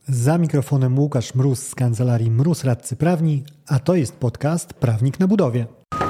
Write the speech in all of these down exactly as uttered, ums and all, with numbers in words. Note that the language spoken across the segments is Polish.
Za mikrofonem Łukasz Mróz z kancelarii Mróz Radcy Prawni, a to jest podcast Prawnik na budowie.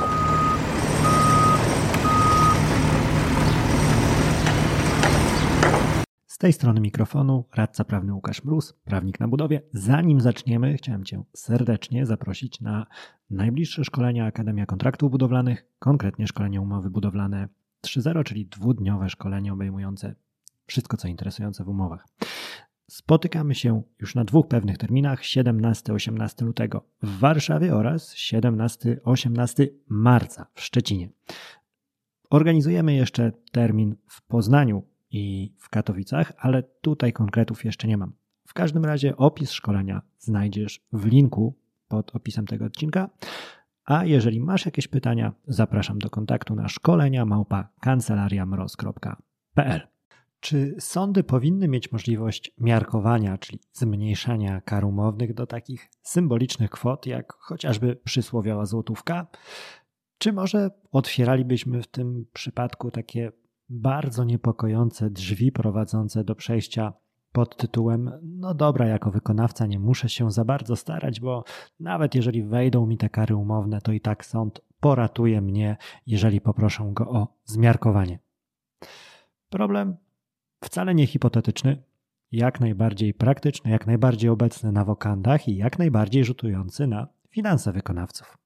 Z tej strony mikrofonu radca prawny Łukasz Mróz, prawnik na budowie. Zanim zaczniemy, chciałem Cię serdecznie zaprosić na najbliższe szkolenia Akademia Kontraktów Budowlanych, konkretnie szkolenie umowy budowlane trzy zero, czyli dwudniowe szkolenie obejmujące wszystko, co interesujące w umowach. Spotykamy się już na dwóch pewnych terminach, siedemnastego osiemnastego lutego w Warszawie oraz siedemnastego osiemnastego marca w Szczecinie. Organizujemy jeszcze termin w Poznaniu i w Katowicach, ale tutaj konkretów jeszcze nie mam. W każdym razie opis szkolenia znajdziesz w linku pod opisem tego odcinka, a jeżeli masz jakieś pytania, zapraszam do kontaktu na szkolenia małpa kancelariamroz kropka p l. Czy sądy powinny mieć możliwość miarkowania, czyli zmniejszania kar umownych do takich symbolicznych kwot, jak chociażby przysłowiowa złotówka? Czy może otwieralibyśmy w tym przypadku takie bardzo niepokojące drzwi prowadzące do przejścia pod tytułem no dobra, jako wykonawca nie muszę się za bardzo starać, bo nawet jeżeli wejdą mi te kary umowne, to i tak sąd poratuje mnie, jeżeli poproszę go o zmiarkowanie. Problem wcale nie hipotetyczny, jak najbardziej praktyczny, jak najbardziej obecny na wokandach i jak najbardziej rzutujący na finanse wykonawców.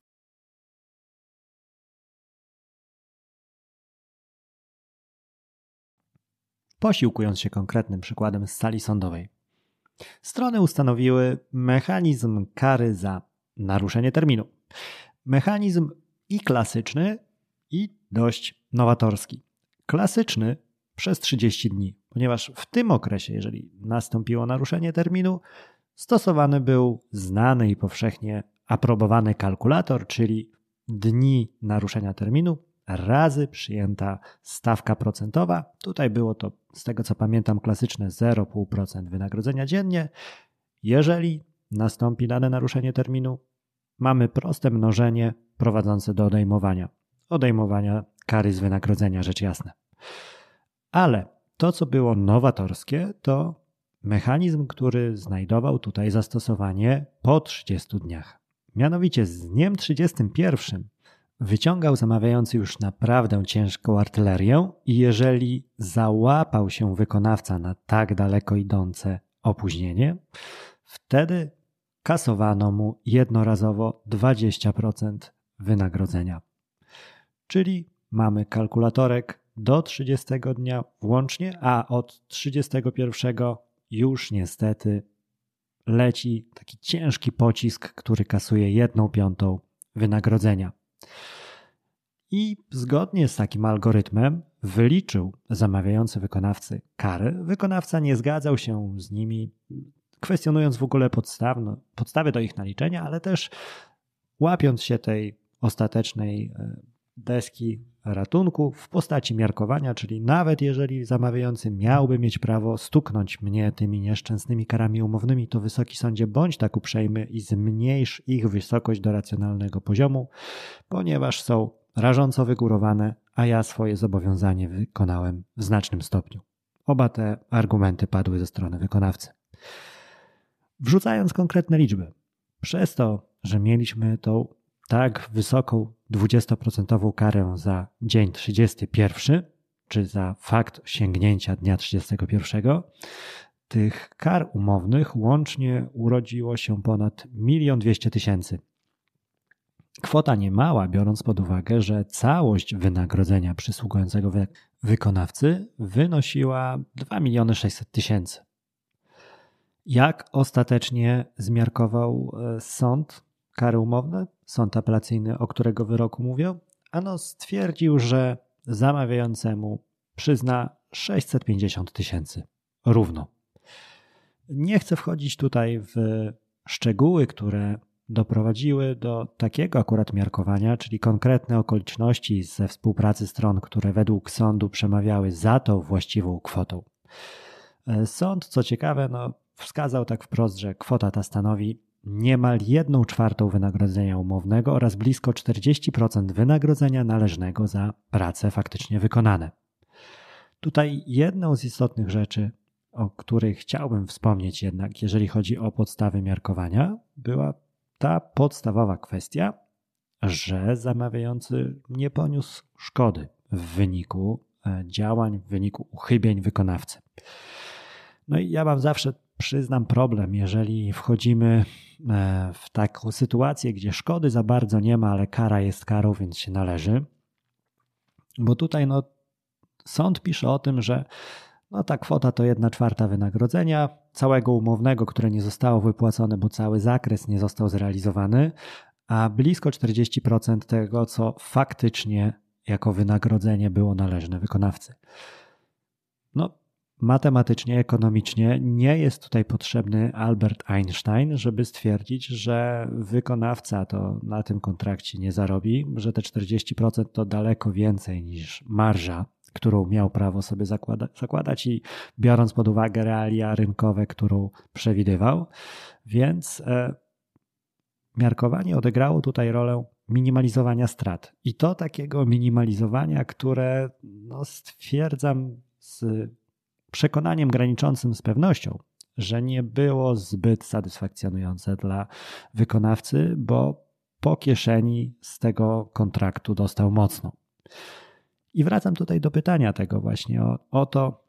Posiłkując się konkretnym przykładem z sali sądowej. Strony ustanowiły mechanizm kary za naruszenie terminu. Mechanizm i klasyczny, i dość nowatorski. Klasyczny przez trzydzieści dni, ponieważ w tym okresie, jeżeli nastąpiło naruszenie terminu, stosowany był znany i powszechnie aprobowany kalkulator, czyli dni naruszenia terminu razy przyjęta stawka procentowa. Tutaj było to, z tego co pamiętam, klasyczne zero przecinek pięć procent wynagrodzenia dziennie. Jeżeli nastąpi dane naruszenie terminu, mamy proste mnożenie prowadzące do odejmowania. Odejmowania kary z wynagrodzenia, rzecz jasna. Ale to, co było nowatorskie, to mechanizm, który znajdował tutaj zastosowanie po trzydziestu dniach. Mianowicie z dniem trzydziestym pierwszym wyciągał zamawiający już naprawdę ciężką artylerię i jeżeli załapał się wykonawca na tak daleko idące opóźnienie, wtedy kasowano mu jednorazowo dwadzieścia procent wynagrodzenia. Czyli mamy kalkulatorek do trzydziestego dnia włącznie, a od trzydziestego pierwszego już niestety leci taki ciężki pocisk, który kasuje jedną piątą wynagrodzenia. I zgodnie z takim algorytmem wyliczył zamawiający wykonawcy kary. Wykonawca nie zgadzał się z nimi, kwestionując w ogóle podstawno, podstawy do ich naliczenia, ale też łapiąc się tej ostatecznej deski ratunku w postaci miarkowania, czyli nawet jeżeli zamawiający miałby mieć prawo stuknąć mnie tymi nieszczęsnymi karami umownymi, to Wysoki Sądzie bądź tak uprzejmy i zmniejsz ich wysokość do racjonalnego poziomu, ponieważ są rażąco wygórowane, a ja swoje zobowiązanie wykonałem w znacznym stopniu. Oba te argumenty padły ze strony wykonawcy. Wrzucając konkretne liczby, przez to, że mieliśmy tą tak wysoką dwudziestoprocentową karę za dzień trzydziesty pierwszy, czy za fakt sięgnięcia dnia trzydziestego pierwszego, tych kar umownych łącznie urodziło się ponad milion dwieście tysięcy. Kwota niemała, biorąc pod uwagę, że całość wynagrodzenia przysługującego wy- wykonawcy wynosiła dwa miliony sześćset tysięcy. Jak ostatecznie zmiarkował sąd kary umowne, sąd apelacyjny, o którego wyroku mówię? Ano stwierdził, że zamawiającemu przyzna sześćset pięćdziesiąt tysięcy. Równo. Nie chcę wchodzić tutaj w szczegóły, które doprowadziły do takiego akurat miarkowania, czyli konkretne okoliczności ze współpracy stron, które według sądu przemawiały za tą właściwą kwotą. Sąd, co ciekawe, no, wskazał tak wprost, że kwota ta stanowi niemal jedną czwartą wynagrodzenia umownego oraz blisko czterdzieści procent wynagrodzenia należnego za prace faktycznie wykonane. Tutaj jedną z istotnych rzeczy o których chciałbym wspomnieć jednak, jeżeli chodzi o podstawy miarkowania, była ta podstawowa kwestia, że zamawiający nie poniósł szkody w wyniku działań, w wyniku uchybień wykonawcy. No i ja mam zawsze, przyznam, problem, jeżeli wchodzimy w taką sytuację, gdzie szkody za bardzo nie ma, ale kara jest karą, więc się należy. Bo tutaj no, sąd pisze o tym, że no, ta kwota to jedna czwarta wynagrodzenia całego umownego, które nie zostało wypłacone, bo cały zakres nie został zrealizowany, a blisko czterdzieści procent tego, co faktycznie jako wynagrodzenie było należne wykonawcy. No, matematycznie, ekonomicznie nie jest tutaj potrzebny Albert Einstein, żeby stwierdzić, że wykonawca to na tym kontrakcie nie zarobi, że te czterdzieści procent to daleko więcej niż marża, którą miał prawo sobie zakłada, zakładać i biorąc pod uwagę realia rynkowe, którą przewidywał. Więc e, miarkowanie odegrało tutaj rolę minimalizowania strat. I to takiego minimalizowania, które no, stwierdzam z przekonaniem graniczącym z pewnością, że nie było zbyt satysfakcjonujące dla wykonawcy, bo po kieszeni z tego kontraktu dostał mocno. I wracam tutaj do pytania tego właśnie o, o to,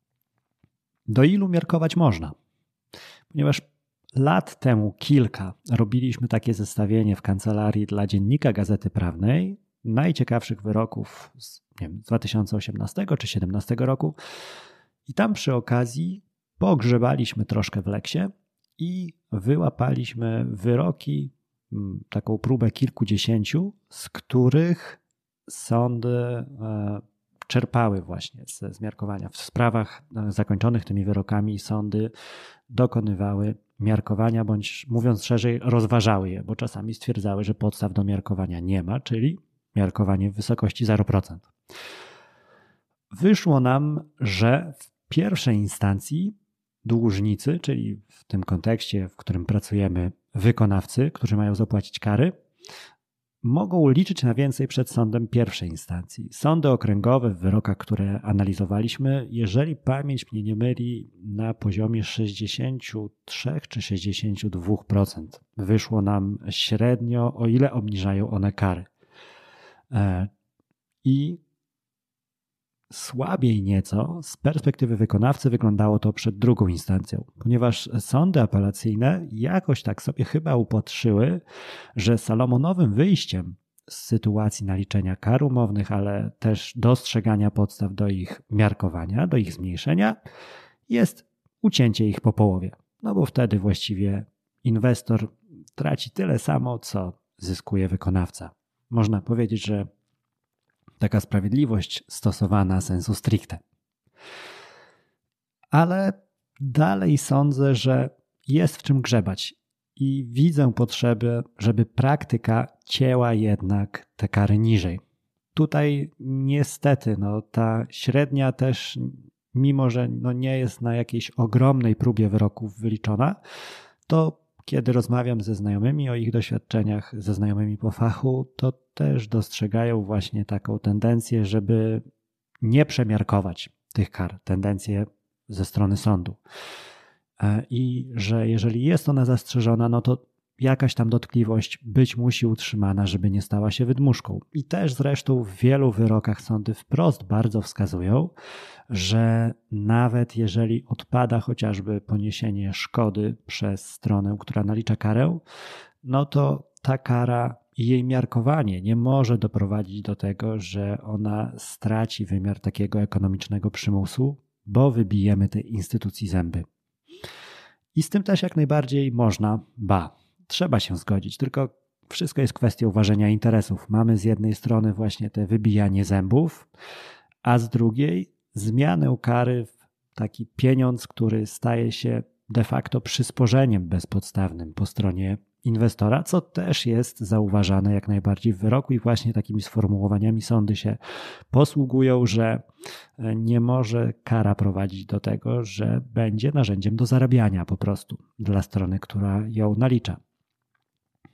do ilu miarkować można. Ponieważ lat temu kilka robiliśmy takie zestawienie w kancelarii dla Dziennika Gazety Prawnej najciekawszych wyroków z, nie wiem, z dwa tysiące osiemnastego czy dwa tysiące siedemnastego roku i tam przy okazji pogrzebaliśmy troszkę w leksie i wyłapaliśmy wyroki, taką próbę kilkudziesięciu, z których sądy czerpały właśnie z zmiarkowania. W sprawach zakończonych tymi wyrokami sądy dokonywały miarkowania, bądź mówiąc szerzej, rozważały je, bo czasami stwierdzały, że podstaw do miarkowania nie ma, czyli miarkowanie w wysokości zero procent. Wyszło nam, że w pierwszej instancji dłużnicy, czyli w tym kontekście, w którym pracujemy, wykonawcy, którzy mają zapłacić kary, mogą liczyć na więcej przed sądem pierwszej instancji. Sądy okręgowe w wyrokach, które analizowaliśmy, jeżeli pamięć mnie nie myli, na poziomie sześćdziesiąt trzy czy sześćdziesiąt dwa procent wyszło nam średnio, o ile obniżają one kary. I słabiej nieco z perspektywy wykonawcy wyglądało to przed drugą instancją, ponieważ sądy apelacyjne jakoś tak sobie chyba upatrzyły, że salomonowym wyjściem z sytuacji naliczenia kar umownych, ale też dostrzegania podstaw do ich miarkowania, do ich zmniejszenia, jest ucięcie ich po połowie. No bo wtedy właściwie inwestor traci tyle samo, co zyskuje wykonawca. Można powiedzieć, że taka sprawiedliwość stosowana sensu stricte. Ale dalej sądzę, że jest w czym grzebać i widzę potrzebę, żeby praktyka cięła jednak te kary niżej. Tutaj niestety no, ta średnia też, mimo że no, nie jest na jakiejś ogromnej próbie wyroków wyliczona, to kiedy rozmawiam ze znajomymi o ich doświadczeniach, ze znajomymi po fachu, to też dostrzegają właśnie taką tendencję, żeby nie przemiarkować tych kar, tendencję ze strony sądu. I że jeżeli jest ona zastrzeżona, no to jakaś tam dotkliwość być musi utrzymana, żeby nie stała się wydmuszką. I też zresztą w wielu wyrokach sądy wprost bardzo wskazują, że nawet jeżeli odpada chociażby poniesienie szkody przez stronę, która nalicza karę, no to ta kara i jej miarkowanie nie może doprowadzić do tego, że ona straci wymiar takiego ekonomicznego przymusu, bo wybijemy tej instytucji zęby. I z tym też jak najbardziej można, ba, trzeba się zgodzić, tylko wszystko jest kwestią ważenia interesów. Mamy z jednej strony właśnie te wybijanie zębów, a z drugiej zmianę kary w taki pieniądz, który staje się de facto przysporzeniem bezpodstawnym po stronie inwestora, co też jest zauważane jak najbardziej w wyroku i właśnie takimi sformułowaniami sądy się posługują, że nie może kara prowadzić do tego, że będzie narzędziem do zarabiania po prostu dla strony, która ją nalicza.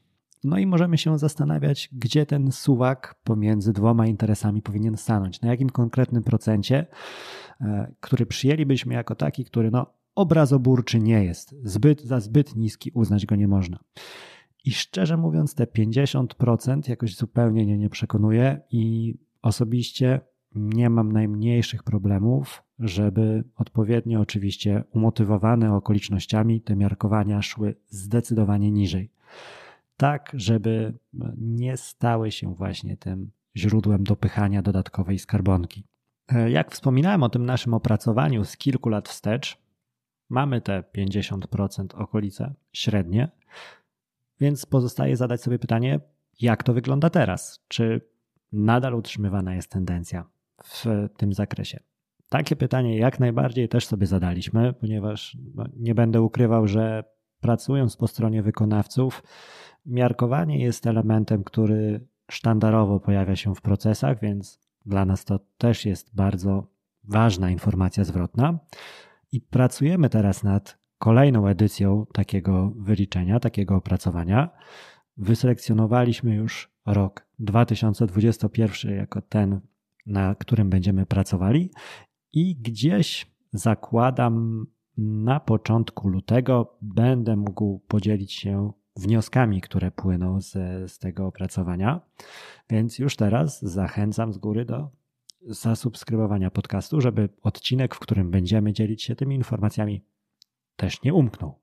No i możemy się zastanawiać, gdzie ten suwak pomiędzy dwoma interesami powinien stanąć, na jakim konkretnym procencie, który przyjęlibyśmy jako taki, który no obrazoburczy nie jest, zbyt, za zbyt niski uznać go nie można. I szczerze mówiąc te pięćdziesiąt procent jakoś zupełnie mnie nie przekonuje i osobiście nie mam najmniejszych problemów, żeby odpowiednio oczywiście umotywowane okolicznościami te miarkowania szły zdecydowanie niżej. Tak, żeby nie stały się właśnie tym źródłem dopychania dodatkowej skarbonki. Jak wspominałem o tym naszym opracowaniu z kilku lat wstecz, mamy te pięćdziesiąt procent okolice średnie, więc pozostaje zadać sobie pytanie, jak to wygląda teraz? Czy nadal utrzymywana jest tendencja w tym zakresie? Takie pytanie jak najbardziej też sobie zadaliśmy, ponieważ no, nie będę ukrywał, że pracując po stronie wykonawców, miarkowanie jest elementem, który sztandarowo pojawia się w procesach, więc dla nas to też jest bardzo ważna informacja zwrotna. I pracujemy teraz nad kolejną edycją takiego wyliczenia, takiego opracowania. Wyselekcjonowaliśmy już rok dwa tysiące dwudziesty pierwszy jako ten, na którym będziemy pracowali i gdzieś zakładam na początku lutego będę mógł podzielić się wnioskami, które płyną z, z tego opracowania, więc już teraz zachęcam z góry do zasubskrybowania podcastu, żeby odcinek, w którym będziemy dzielić się tymi informacjami, też nie umknął.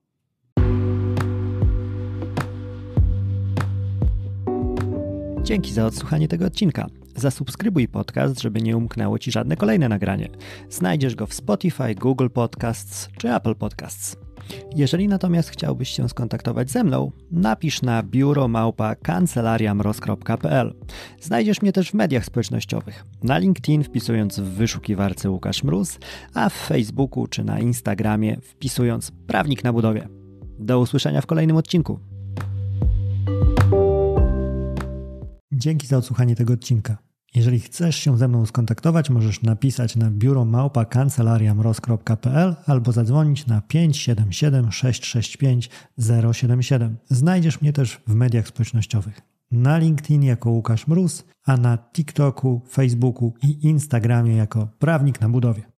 Dzięki za odsłuchanie tego odcinka. Zasubskrybuj podcast, żeby nie umknęło Ci żadne kolejne nagranie. Znajdziesz go w Spotify, Google Podcasts czy Apple Podcasts. Jeżeli natomiast chciałbyś się skontaktować ze mną, napisz na biuro małpa kancelaria mroz kropka p l. Znajdziesz mnie też w mediach społecznościowych. Na LinkedIn wpisując w wyszukiwarce Łukasz Mróz, a w Facebooku czy na Instagramie wpisując Prawnik na budowie. Do usłyszenia w kolejnym odcinku. Dzięki za odsłuchanie tego odcinka. Jeżeli chcesz się ze mną skontaktować, możesz napisać na biuro małpa kancelaria mroz kropka p l albo zadzwonić na pięć siedem siedem sześć sześć pięć zero siedem siedem. Znajdziesz mnie też w mediach społecznościowych. Na LinkedIn jako Łukasz Mróz, a na TikToku, Facebooku i Instagramie jako Prawnik na budowie.